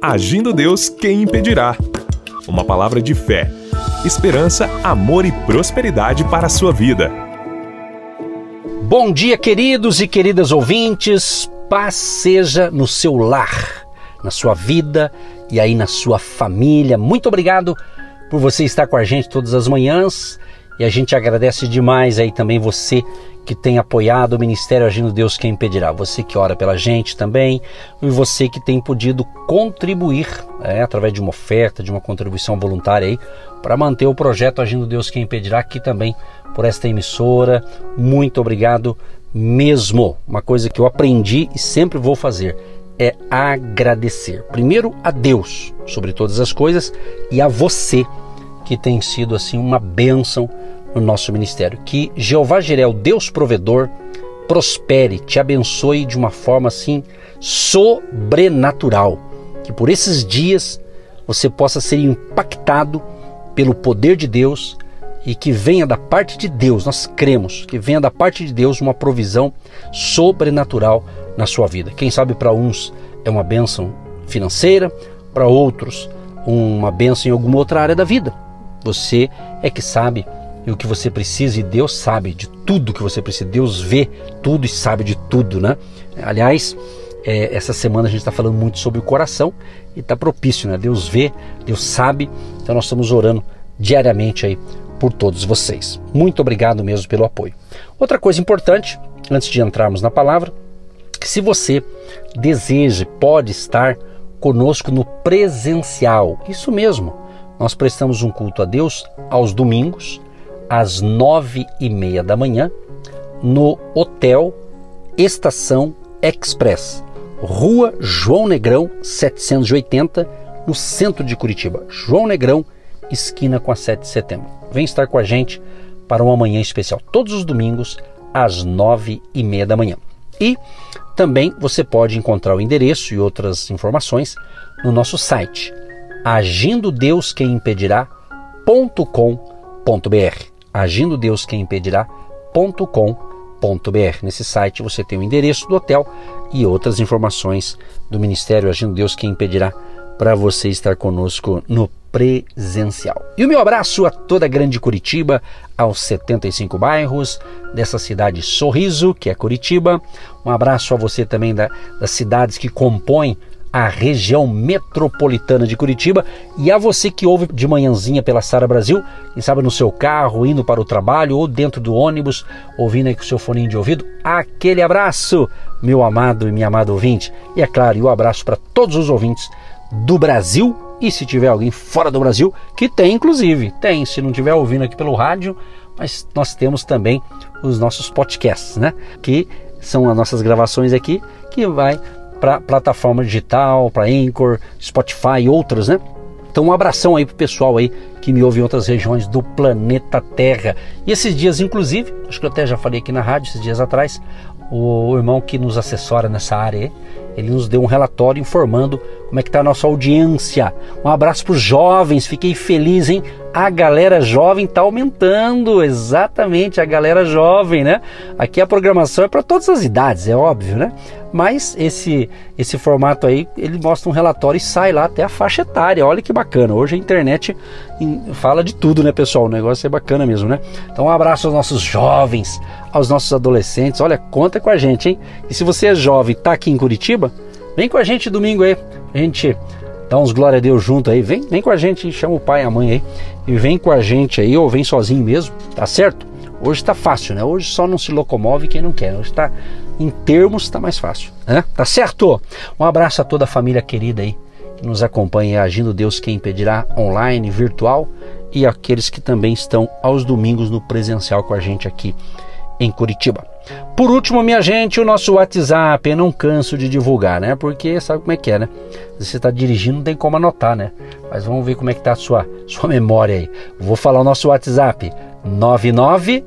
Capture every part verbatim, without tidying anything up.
Agindo Deus, quem impedirá? Uma palavra de fé, esperança, amor e prosperidade para a sua vida. Bom dia, queridos e queridas ouvintes. Paz seja no seu lar, na sua vida e aí na sua família. Muito obrigado por você estar com a gente todas as manhãs. E a gente agradece demais aí também você que tem apoiado o Ministério Agindo Deus, quem impedirá. Você que ora pela gente também, e você que tem podido contribuir é, através de uma oferta, de uma contribuição voluntária aí, para manter o projeto Agindo Deus, quem impedirá, aqui também por esta emissora. Muito obrigado mesmo. Uma coisa que eu aprendi e sempre vou fazer é agradecer. Primeiro a Deus sobre todas as coisas e a você que tem sido assim uma bênção no nosso ministério. Que Jeová Jiré, o Deus provedor, prospere, te abençoe de uma forma assim sobrenatural. Que por esses dias você possa ser impactado pelo poder de Deus e que venha da parte de Deus, nós cremos, que venha da parte de Deus uma provisão sobrenatural na sua vida. Quem sabe para uns é uma bênção financeira, para outros uma bênção em alguma outra área da vida. Você é que sabe o que você precisa e Deus sabe de tudo que você precisa. Deus vê tudo e sabe de tudo, né? Aliás, é, essa semana a gente está falando muito sobre o coração e está propício, né? Deus vê, Deus sabe, então nós estamos orando diariamente aí por todos vocês. Muito obrigado mesmo pelo apoio. Outra coisa importante, antes de entrarmos na palavra, que se você deseja, pode estar conosco no presencial. Isso mesmo. Nós prestamos um culto a Deus aos domingos, às nove e meia da manhã, no Hotel Estação Express, Rua João Negrão, setecentos e oitenta, no centro de Curitiba. João Negrão, esquina com a sete de setembro. Vem estar com a gente para uma manhã especial, todos os domingos, às nove e meia da manhã. E também você pode encontrar o endereço e outras informações no nosso site, agindo deus quem impedirá ponto com ponto br. agindo deus quem impedirá ponto com ponto br. Nesse site você tem o endereço do hotel e outras informações do Ministério Agindo Deus quem impedirá para você estar conosco no presencial. E o meu abraço a toda a grande Curitiba, aos setenta e cinco bairros dessa cidade Sorriso, que é Curitiba. Um abraço a você também da, das cidades que compõem a região metropolitana de Curitiba, e a você que ouve de manhãzinha pela Sara Brasil, quem sabe no seu carro, indo para o trabalho ou dentro do ônibus, ouvindo aí com o seu foninho de ouvido. Aquele abraço, meu amado e minha amada ouvinte. E é claro, e um abraço para todos os ouvintes do Brasil, e se tiver alguém fora do Brasil, que tem inclusive, tem, se não estiver ouvindo aqui pelo rádio, mas nós temos também os nossos podcasts, né? Que são as nossas gravações aqui, que vai para plataforma digital, para Anchor, Spotify e outras, né? Então um abração aí pro pessoal aí que me ouve em outras regiões do planeta Terra. E esses dias, inclusive, acho que eu até já falei aqui na rádio esses dias atrás, o irmão que nos assessora nessa área aí, ele nos deu um relatório informando como é que está a nossa audiência. Um abraço para os jovens, fiquei feliz, hein? A galera jovem está aumentando, exatamente, a galera jovem, né? Aqui a programação é para todas as idades, é óbvio, né? Mas esse, esse formato aí, ele mostra um relatório e sai lá até a faixa etária, olha que bacana. Hoje a internet fala de tudo, né, pessoal? O negócio é bacana mesmo, né? Então um abraço aos nossos jovens, aos nossos adolescentes, olha, conta com a gente, hein? E se você é jovem e está aqui em Curitiba, vem com a gente domingo aí, a gente dá uns glória a Deus junto aí, vem, vem com a gente, chama o pai e a mãe aí, e vem com a gente aí, ou vem sozinho mesmo, tá certo? Hoje tá fácil, né? Hoje só não se locomove quem não quer, hoje tá, em termos, tá mais fácil, né? Tá certo? Um abraço a toda a família querida aí, que nos acompanha, Agindo Deus quem impedirá, online, virtual, e aqueles que também estão aos domingos no presencial com a gente aqui em Curitiba. Por último, minha gente, o nosso WhatsApp, eu não canso de divulgar, né? Porque sabe como é que é, né? Se você está dirigindo, não tem como anotar, né? Mas vamos ver como é que tá a sua, sua memória aí. Vou falar o nosso WhatsApp, nove nove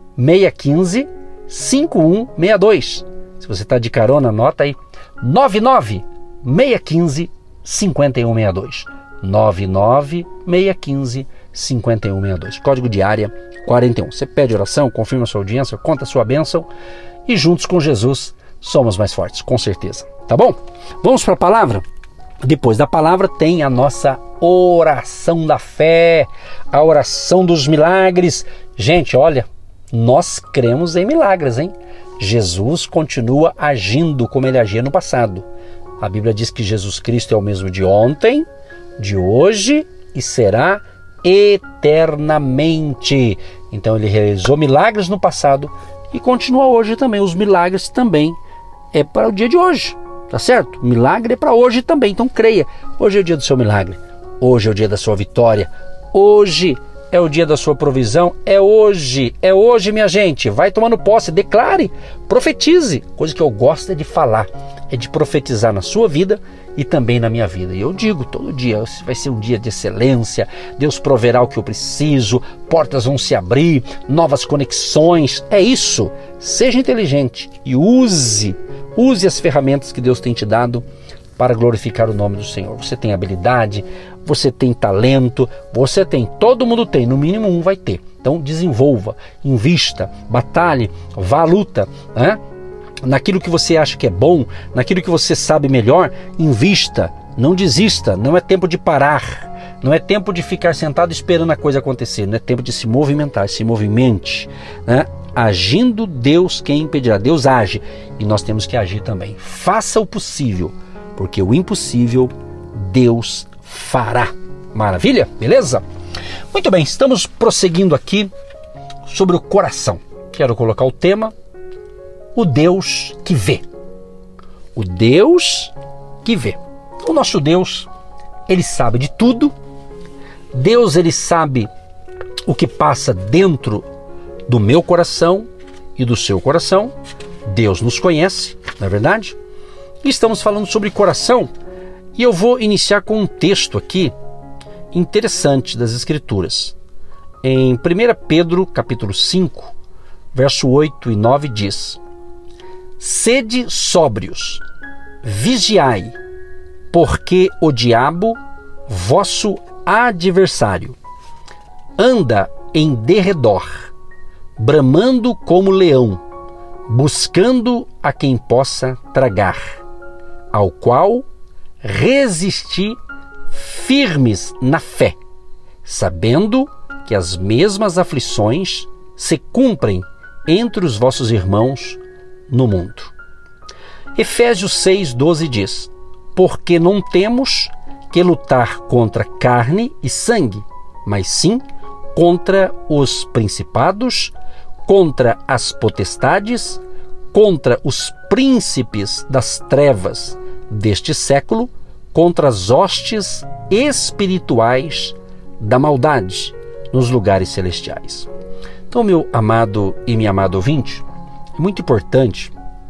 seis um cinco, cinco um seis dois. Se você está de carona, anota aí, nove nove seis um cinco, cinco um seis dois. nove nove seis um cinco, cinco um seis dois. Código de área quarenta e um. Você pede oração, confirma a sua audiência, conta a sua bênção e juntos com Jesus somos mais fortes, com certeza. Tá bom? Vamos para a palavra? Depois da palavra tem a nossa oração da fé, a oração dos milagres. Gente, olha, nós cremos em milagres, hein? Jesus continua agindo como ele agia no passado. A Bíblia diz que Jesus Cristo é o mesmo de ontem, de hoje e será eternamente. Então ele realizou milagres no passado e continua hoje também. Os milagres também é para o dia de hoje, tá certo? Milagre é para hoje também, então creia. Hoje é o dia do seu milagre, hoje é o dia da sua vitória, hoje é o dia da sua provisão, é hoje, é hoje, minha gente. Vai tomando posse, declare, profetize. Coisa que eu gosto é de falar, é de profetizar na sua vida e também na minha vida. E eu digo todo dia, vai ser um dia de excelência, Deus proverá o que eu preciso, portas vão se abrir, novas conexões. É isso, seja inteligente e use, use as ferramentas que Deus tem te dado para glorificar o nome do Senhor. Você tem habilidade, você tem talento, você tem, todo mundo tem, no mínimo um vai ter. Então desenvolva, invista, batalhe, vá à luta, né? Naquilo que você acha que é bom, naquilo que você sabe melhor, invista, não desista, não é tempo de parar, não é tempo de ficar sentado esperando a coisa acontecer, não é tempo de se movimentar, se movimente, né? Agindo Deus, quem impedirá? Deus age e nós temos que agir também. Faça o possível, porque o impossível Deus fará. Maravilha? Beleza? Muito bem, estamos prosseguindo aqui sobre o coração. Quero colocar o tema: o Deus que vê. O Deus que vê. O nosso Deus, ele sabe de tudo. Deus, ele sabe o que passa dentro do meu coração e do seu coração. Deus nos conhece, não é verdade? E estamos falando sobre coração. E eu vou iniciar com um texto aqui interessante das Escrituras. Em primeira Pedro, capítulo cinco, verso oito e nove diz: sede sóbrios, vigiai, porque o diabo, vosso adversário, anda em derredor, bramando como leão, buscando a quem possa tragar, ao qual resisti firmes na fé, sabendo que as mesmas aflições se cumprem entre os vossos irmãos no mundo. Efésios seis, doze diz: porque não temos que lutar contra carne e sangue, mas sim contra os principados, contra as potestades, contra os príncipes das trevas deste século, contra as hostes espirituais da maldade nos lugares celestiais. Então, meu amado e minha amada ouvinte, é muito importante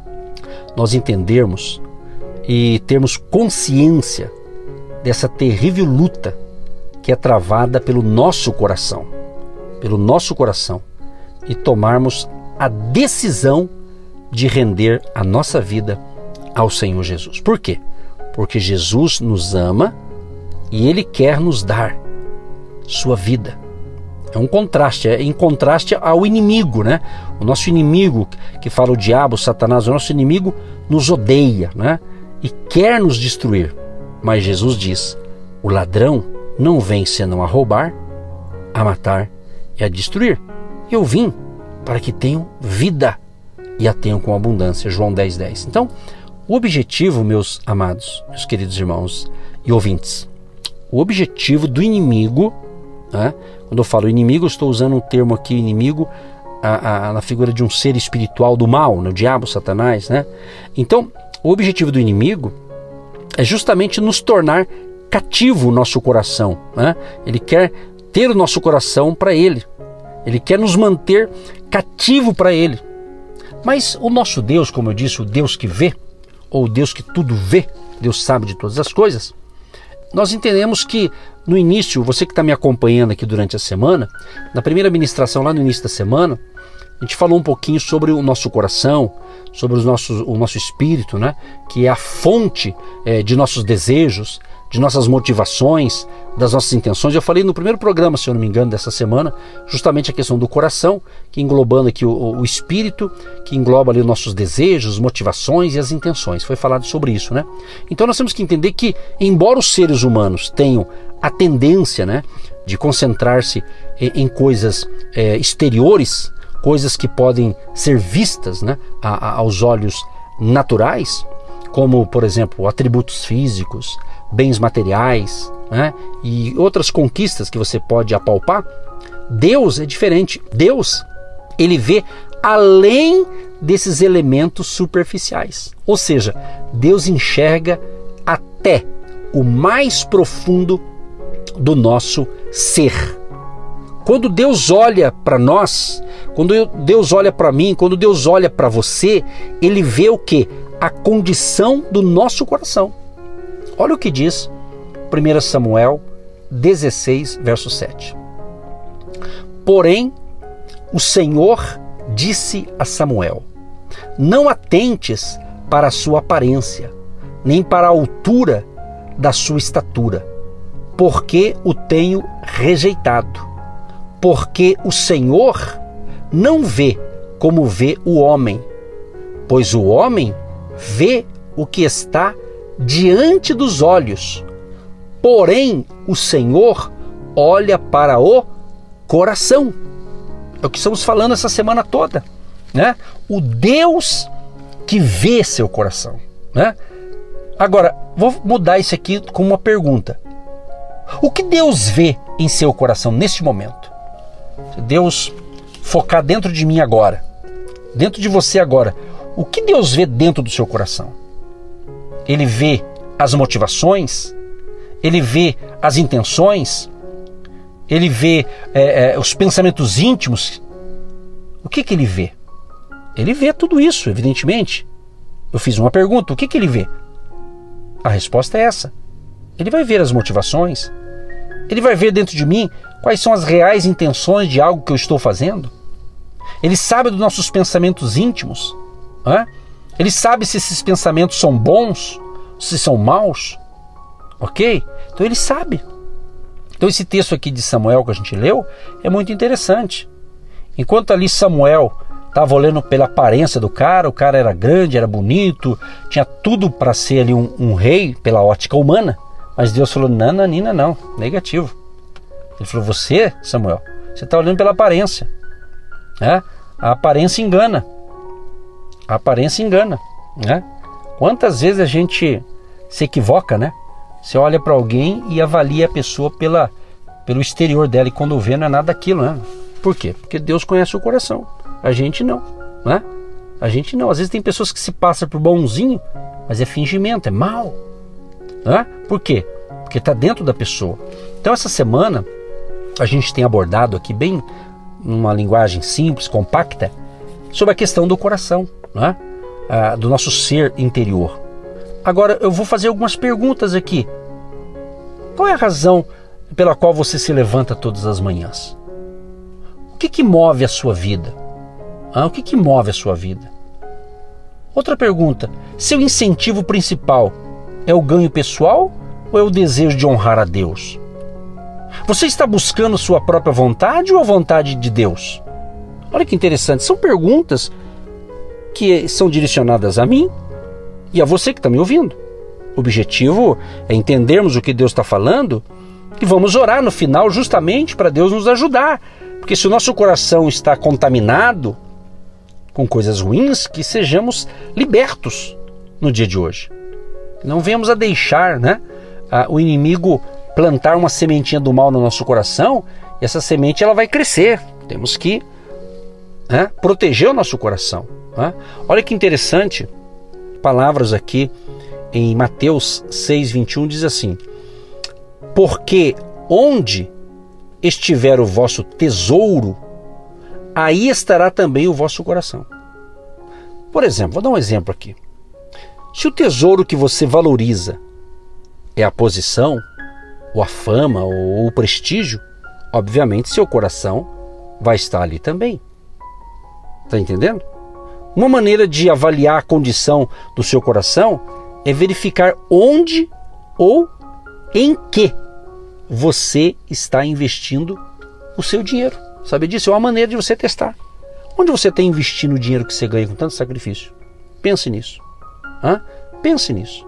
nós entendermos e termos consciência dessa terrível luta que é travada pelo nosso coração, pelo nosso coração, e tomarmos a decisão de render a nossa vida ao Senhor Jesus. Por quê? Porque Jesus nos ama e Ele quer nos dar sua vida. É um contraste, é em contraste ao inimigo, né? O nosso inimigo, que fala o diabo, Satanás, o nosso inimigo nos odeia, né? E quer nos destruir. Mas Jesus diz: o ladrão não vem senão a roubar, a matar e a destruir. Eu vim para que tenham vida e a tenham com abundância. João dez, dez. Então, o objetivo, meus amados, meus queridos irmãos e ouvintes, o objetivo do inimigo, né? Quando eu falo inimigo, eu estou usando um termo aqui, inimigo, a, a, na figura de um ser espiritual do mal, né? O diabo, Satanás, né? Então, o objetivo do inimigo é justamente nos tornar cativo o nosso coração, né? Ele quer ter o nosso coração para ele. Ele quer nos manter cativo para ele. Mas o nosso Deus, como eu disse, o Deus que vê, ou o Deus que tudo vê, Deus sabe de todas as coisas, nós entendemos que no início, você que está me acompanhando aqui durante a semana, na primeira ministração lá no início da semana, a gente falou um pouquinho sobre o nosso coração, sobre os nossos, o nosso espírito, né? Que é a fonte é, de nossos desejos, de nossas motivações, das nossas intenções. Eu falei no primeiro programa, se eu não me engano, dessa semana, justamente a questão do coração, que englobando aqui o, o espírito, que engloba ali os nossos desejos, motivações e as intenções. Foi falado sobre isso, né? Então nós temos que entender que, embora os seres humanos tenham a tendência, né, de concentrar-se em, em coisas é, exteriores, coisas que podem ser vistas, né, a, a, aos olhos naturais, como, por exemplo, atributos físicos, bens materiais, né, e outras conquistas que você pode apalpar. Deus é diferente. Deus, ele vê além desses elementos superficiais. Ou seja, Deus enxerga até o mais profundo do nosso ser. Quando Deus olha para nós, quando Deus olha para mim, quando Deus olha para você, ele vê o quê? A condição do nosso coração. Olha o que diz primeiro Samuel dezesseis, verso sete. Porém, o Senhor disse a Samuel: não atentes para a sua aparência, nem para a altura da sua estatura, porque o tenho rejeitado. Porque o Senhor não vê como vê o homem, pois o homem vê o que está diante dos olhos, porém o Senhor olha para o coração. É o que estamos falando essa semana toda, né? O Deus que vê seu coração, né? Agora, vou mudar isso aqui com uma pergunta. O que Deus vê em seu coração neste momento? Se Deus focar dentro de mim agora, dentro de você agora, o que Deus vê dentro do seu coração? Ele vê as motivações? Ele vê as intenções? Ele vê é, é, os pensamentos íntimos? O que que ele vê? Ele vê tudo isso, evidentemente. Eu fiz uma pergunta, o que que ele vê? A resposta é essa. Ele vai ver as motivações. Ele vai ver dentro de mim quais são as reais intenções de algo que eu estou fazendo. Ele sabe dos nossos pensamentos íntimos. Né? Ele sabe se esses pensamentos são bons, se são maus. Ok? Então ele sabe. Então esse texto aqui de Samuel que a gente leu é muito interessante. Enquanto ali Samuel estava olhando pela aparência do cara, o cara era grande, era bonito, tinha tudo para ser ali um, um rei pela ótica humana. Mas Deus falou, não, Nanina, não, negativo. Ele falou, você, Samuel, você está olhando pela aparência. É? A aparência engana. A aparência engana. Né? Quantas vezes a gente se equivoca, né? Você olha para alguém e avalia a pessoa pela, pelo exterior dela, e quando vê não é nada daquilo, né? Por quê? Porque Deus conhece o coração. A gente não, né? A gente não. Às vezes tem pessoas que se passam por bonzinho, mas é fingimento, é mal. Né? Por quê? Porque está dentro da pessoa. Então essa semana a gente tem abordado aqui bem numa linguagem simples, compacta, sobre a questão do coração, né? ah, do nosso ser interior. Agora eu vou fazer algumas perguntas aqui. Qual é a razão pela qual você se levanta todas as manhãs? O que que move a sua vida? Ah, o que que move a sua vida? Outra pergunta, seu incentivo principal é o ganho pessoal ou é o desejo de honrar a Deus? Você está buscando sua própria vontade ou a vontade de Deus? Olha que interessante, são perguntas que são direcionadas a mim e a você que está me ouvindo. O objetivo é entendermos o que Deus está falando e vamos orar no final justamente para Deus nos ajudar. Porque se o nosso coração está contaminado com coisas ruins, que sejamos libertos no dia de hoje. Não venhamos a deixar, né, a, o inimigo plantar uma sementinha do mal no nosso coração, e essa semente ela vai crescer. Temos que, né, proteger o nosso coração. Né? Olha que interessante, palavras aqui em Mateus seis, vinte e um diz assim: porque onde estiver o vosso tesouro, aí estará também o vosso coração. Por exemplo, vou dar um exemplo aqui. Se o tesouro que você valoriza é a posição, ou a fama, ou o prestígio, obviamente seu coração vai estar ali também. Está entendendo? Uma maneira de avaliar a condição do seu coração é verificar onde ou em que você está investindo o seu dinheiro. Sabe disso? É uma maneira de você testar. Onde você está investindo o dinheiro que você ganha com tanto sacrifício? Pense nisso. Hã? Pense nisso.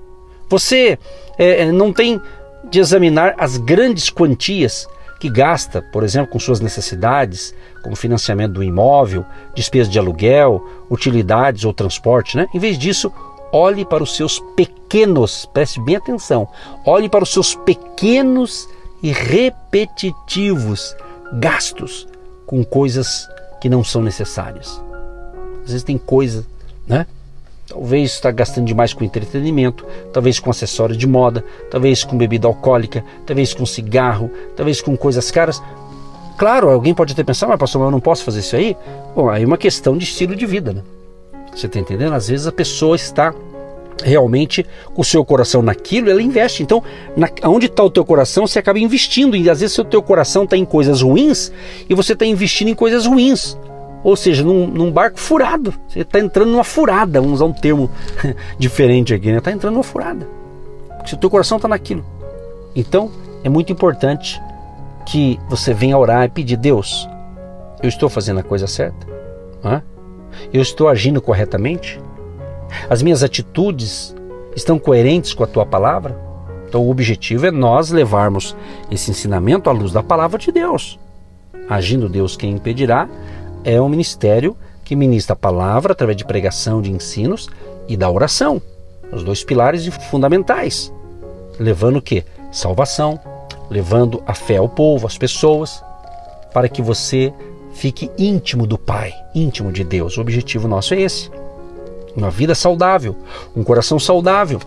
Você é, não tem de examinar as grandes quantias que gasta, por exemplo, com suas necessidades, como financiamento do imóvel, despesa de aluguel, utilidades ou transporte, né? Em vez disso, olhe para os seus pequenos, preste bem atenção, olhe para os seus pequenos e repetitivos gastos com coisas que não são necessárias. Às vezes tem coisa, né? Talvez está gastando demais com entretenimento, talvez com acessório de moda, talvez com bebida alcoólica, talvez com cigarro, talvez com coisas caras. Claro, alguém pode até pensar, mas pastor, eu não posso fazer isso aí? Bom, aí é uma questão de estilo de vida, né? Você está entendendo? Às vezes a pessoa está realmente com o seu coração naquilo, ela investe. Então, na, onde está o teu coração, você acaba investindo. E às vezes o teu coração está em coisas ruins e você está investindo em coisas ruins. Ou seja, num, num barco furado. Você está entrando numa furada, vamos usar um termo diferente aqui, né? Está entrando numa furada. Porque o teu coração está naquilo. Então, é muito importante que você venha orar e pedir: Deus, eu estou fazendo a coisa certa? Hã? Eu estou agindo corretamente? As minhas atitudes estão coerentes com a tua palavra? Então o objetivo é nós levarmos esse ensinamento à luz da palavra de Deus. Agindo Deus, quem impedirá? É um ministério que ministra a palavra através de pregação, de ensinos e da oração. Os dois pilares fundamentais. Levando o quê? Salvação. Levando a fé ao povo, às pessoas, para que você fique íntimo do Pai, íntimo de Deus. O objetivo nosso é esse. Uma vida saudável, um coração saudável.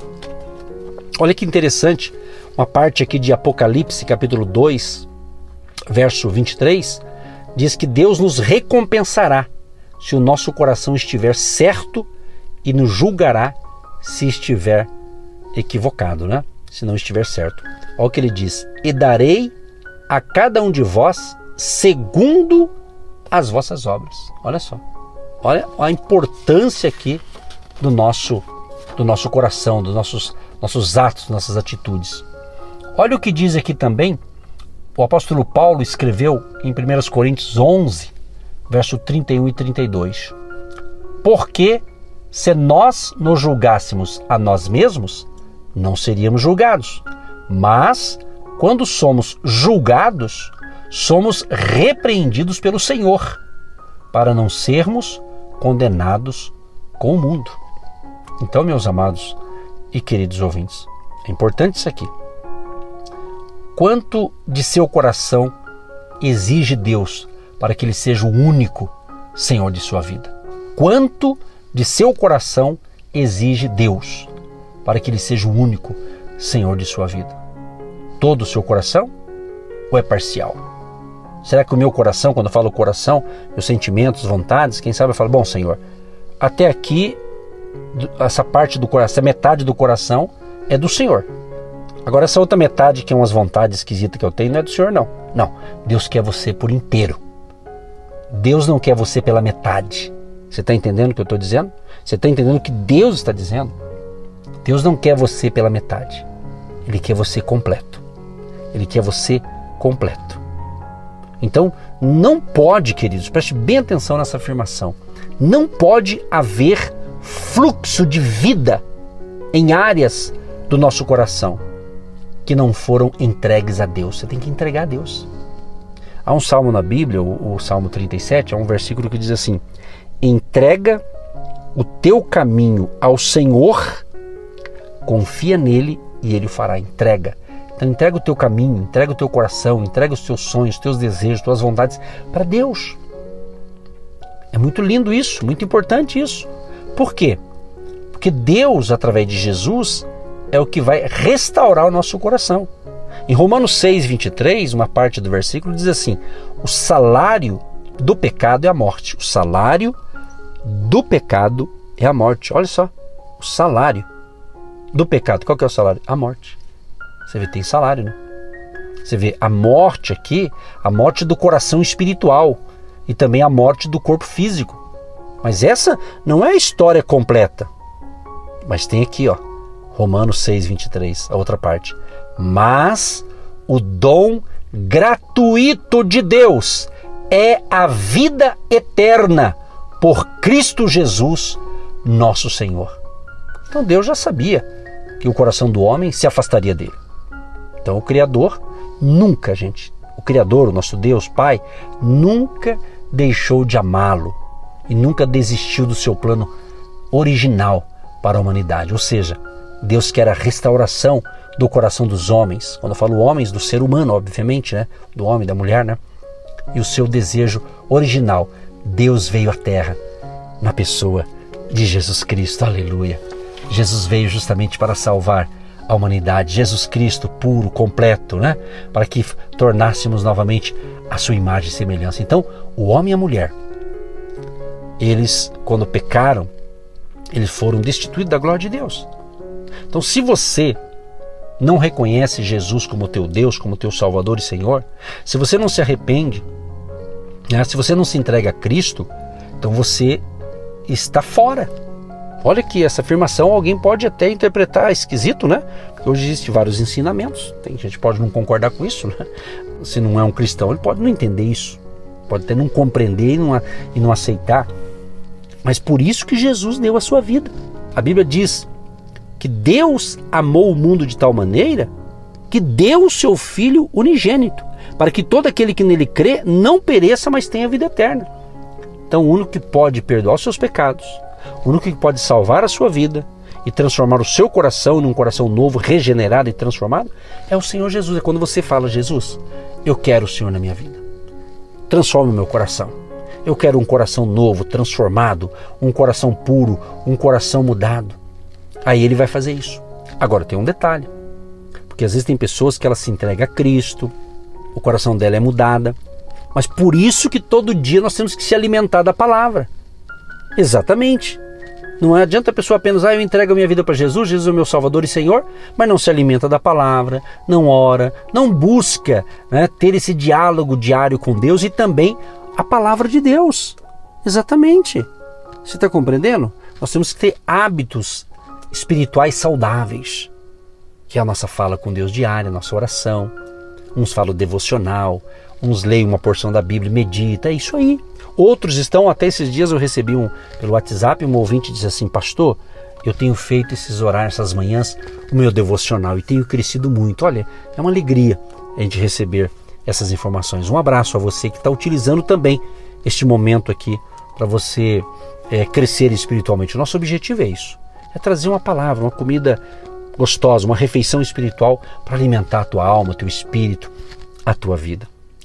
Olha que interessante, uma parte aqui de Apocalipse, capítulo dois, verso vinte e três, diz que Deus nos recompensará se o nosso coração estiver certo e nos julgará se estiver equivocado, né? Se não estiver certo. Olha o que ele diz: e darei a cada um de vós segundo as vossas obras. Olha só, olha a importância aqui do nosso, do nosso coração, dos nossos, nossos atos, nossas atitudes. Olha o que diz aqui também, o apóstolo Paulo escreveu em primeira Coríntios onze, verso trinta e um e trinta e dois. Porque se nós nos julgássemos a nós mesmos, não seríamos julgados. Mas, quando somos julgados, somos repreendidos pelo Senhor, para não sermos condenados com o mundo. Então, meus amados e queridos ouvintes, é importante isso aqui. Quanto de seu coração exige Deus para que Ele seja o único Senhor de sua vida? Quanto de seu coração exige Deus para que Ele seja o único Senhor de sua vida? Todo o seu coração ou é parcial? Será que o meu coração, quando eu falo coração, meus sentimentos, vontades, quem sabe eu falo: bom, Senhor, até aqui, essa parte do coração, essa metade do coração é do Senhor. Agora essa outra metade, que é umas vontades esquisitas que eu tenho, não é do Senhor, não. Não, Deus quer você por inteiro. Deus não quer você pela metade. Você está entendendo o que eu estou dizendo? Você está entendendo o que Deus está dizendo? Deus não quer você pela metade. Ele quer você completo. Ele quer você completo. Então, não pode, queridos, preste bem atenção nessa afirmação, não pode haver fluxo de vida em áreas do nosso coração que não foram entregues a Deus. Você tem que entregar a Deus. Há um salmo na Bíblia, o, o Salmo trinta e sete, é um versículo que diz assim: entrega o teu caminho ao Senhor, confia nele e ele o fará. Entrega. Então entrega o teu caminho, entrega o teu coração, entrega os teus sonhos, os teus desejos, tuas vontades para Deus. É muito lindo isso, muito importante isso. Por quê? Porque Deus, através de Jesus, é o que vai restaurar o nosso coração. Em Romanos seis, vinte e três, uma parte do versículo diz assim: o salário do pecado é a morte. O salário do pecado é a morte. Olha só, o salário do pecado. Qual que é o salário? A morte. Você vê, tem salário, né? Você vê a morte aqui, a morte do coração espiritual e também a morte do corpo físico. Mas essa não é a história completa. Mas tem aqui, ó, Romanos seis, vinte e três, a outra parte. Mas o dom gratuito de Deus é a vida eterna por Cristo Jesus, nosso Senhor. Então Deus já sabia que o coração do homem se afastaria dele. Então o Criador nunca, gente, o Criador, o nosso Deus, Pai, nunca deixou de amá-lo e nunca desistiu do seu plano original para a humanidade. Ou seja, Deus quer a restauração do coração dos homens. Quando eu falo homens, do ser humano, obviamente, né? Do homem, da mulher, né? E o seu desejo original. Deus veio à Terra na pessoa de Jesus Cristo. Aleluia! Jesus veio justamente para salvar a humanidade. Jesus Cristo puro, completo, né? Para que tornássemos novamente a sua imagem e semelhança. Então, o homem e a mulher, eles, quando pecaram, eles foram destituídos da glória de Deus. Então, se você não reconhece Jesus como teu Deus, como teu Salvador e Senhor, se você não se arrepende, né, se você não se entrega a Cristo, então você está fora. Olha que essa afirmação alguém pode até interpretar esquisito, né? Porque hoje existem vários ensinamentos. Tem gente que pode não concordar com isso, né? Se não é um cristão, ele pode não entender isso. Pode até não compreender e não, e não aceitar. Mas por isso que Jesus deu a sua vida. A Bíblia diz que Deus amou o mundo de tal maneira que deu o seu Filho unigênito, para que todo aquele que nele crê não pereça, mas tenha vida eterna. Então o único que pode perdoar os seus pecados, o único que pode salvar a sua vida e transformar o seu coração num coração novo, regenerado e transformado, é o Senhor Jesus. É quando você fala: Jesus, eu quero o Senhor na minha vida. Transforme o meu coração. Eu quero um coração novo, transformado, um coração puro, um coração mudado. Aí ele vai fazer isso. Agora tem um detalhe, porque às vezes tem pessoas que ela se entrega a Cristo, o coração dela é mudada, mas por isso que todo dia nós temos que se alimentar da palavra. Exatamente. Não adianta a pessoa apenas: ah, eu entrego a minha vida para Jesus, Jesus é o meu Salvador e Senhor, mas não se alimenta da palavra, não ora, não busca, né, ter esse diálogo diário com Deus e também a palavra de Deus. Exatamente. Você está compreendendo? Nós temos que ter hábitos espirituais saudáveis, que é a nossa fala com Deus diária, a nossa oração. Uns falam devocional, uns leem uma porção da Bíblia, medita, é isso aí. Outros estão, até esses dias eu recebi um pelo WhatsApp, um ouvinte disse assim: pastor, eu tenho feito esses horários, essas manhãs, o meu devocional e tenho crescido muito. Olha, é uma alegria a gente receber essas informações. Um abraço a você que está utilizando também este momento aqui para você é, crescer espiritualmente. O nosso objetivo é isso, é trazer uma palavra, uma comida gostosa, uma refeição espiritual para alimentar a tua alma, o teu espírito, a tua vida.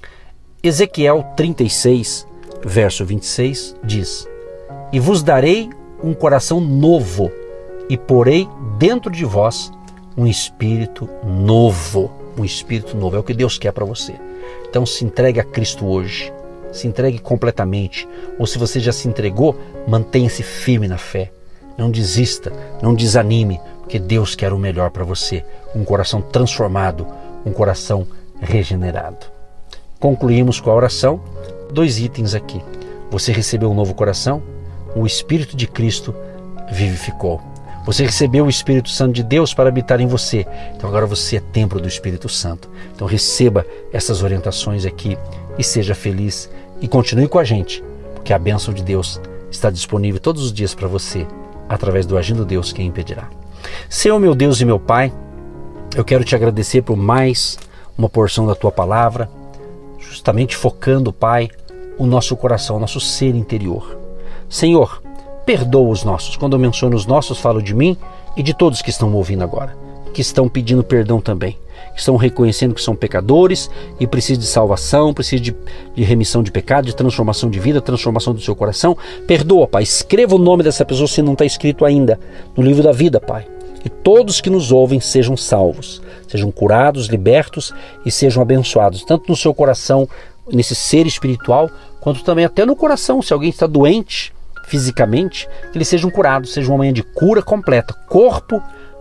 Ezequiel trinta e seis, verso vinte e seis diz: e vos darei um coração novo e porei dentro de vós um espírito novo. Um espírito novo é o que Deus quer para você. Então se entregue a Cristo hoje, se entregue completamente, ou se você já se entregou, mantenha-se firme na fé. Não desista, não desanime, porque Deus quer o melhor para você. Um coração transformado, um coração regenerado. Concluímos com a oração. Dois itens aqui. Você recebeu um novo coração, o Espírito de Cristo vivificou. Você recebeu o Espírito Santo de Deus para habitar em você. Então agora você é templo do Espírito Santo. Então receba essas orientações aqui e seja feliz. E continue com a gente, porque a bênção de Deus está disponível todos os dias para você, através do Agindo Deus Quem Impedirá. Senhor meu Deus e meu Pai, eu quero te agradecer por mais uma porção da Tua Palavra, justamente focando, Pai, o nosso coração, o nosso ser interior. Senhor, perdoa os nossos. Quando eu menciono os nossos, falo de mim e de todos que estão me ouvindo agora, que estão pedindo perdão também, que estão reconhecendo que são pecadores e precisam de salvação, precisam de, de remissão de pecado, de transformação de vida, transformação do seu coração. Perdoa, Pai. Escreva o nome dessa pessoa se não está escrito ainda no livro da vida, Pai. Que todos que nos ouvem sejam salvos, sejam curados, libertos e sejam abençoados, tanto no seu coração, nesse ser espiritual, quanto também até no coração. Se alguém está doente fisicamente, que eles sejam curados, seja uma manhã de cura completa, corpo,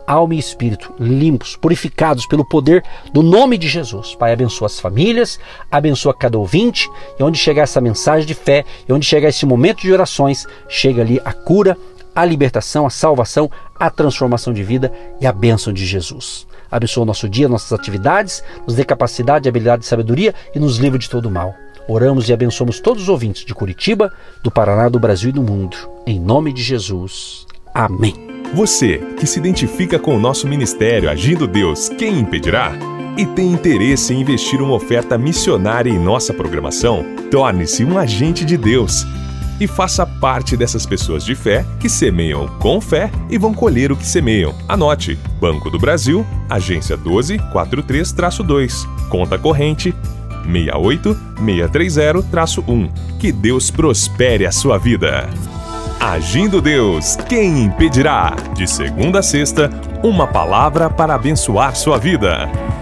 alma e espírito, limpos, purificados pelo poder do nome de Jesus. Pai, abençoa as famílias, abençoa cada ouvinte, e onde chegar essa mensagem de fé, e onde chegar esse momento de orações, chega ali a cura, a libertação, a salvação, a transformação de vida e a bênção de Jesus. Abençoa o nosso dia, nossas atividades, nos dê capacidade, habilidade e sabedoria e nos livre de todo mal. Oramos e abençoamos todos os ouvintes de Curitiba, do Paraná, do Brasil e do mundo. Em nome de Jesus. Amém. Você que se identifica com o nosso ministério Agindo Deus, quem impedirá? E tem interesse em investir uma oferta missionária em nossa programação? Torne-se um agente de Deus e faça parte dessas pessoas de fé que semeiam com fé e vão colher o que semeiam. Anote: Banco do Brasil, agência doze quarenta e três dois, conta corrente seis oito seis três zero um. Que Deus prospere a sua vida. Agindo Deus, quem impedirá? De segunda a sexta, uma palavra para abençoar sua vida.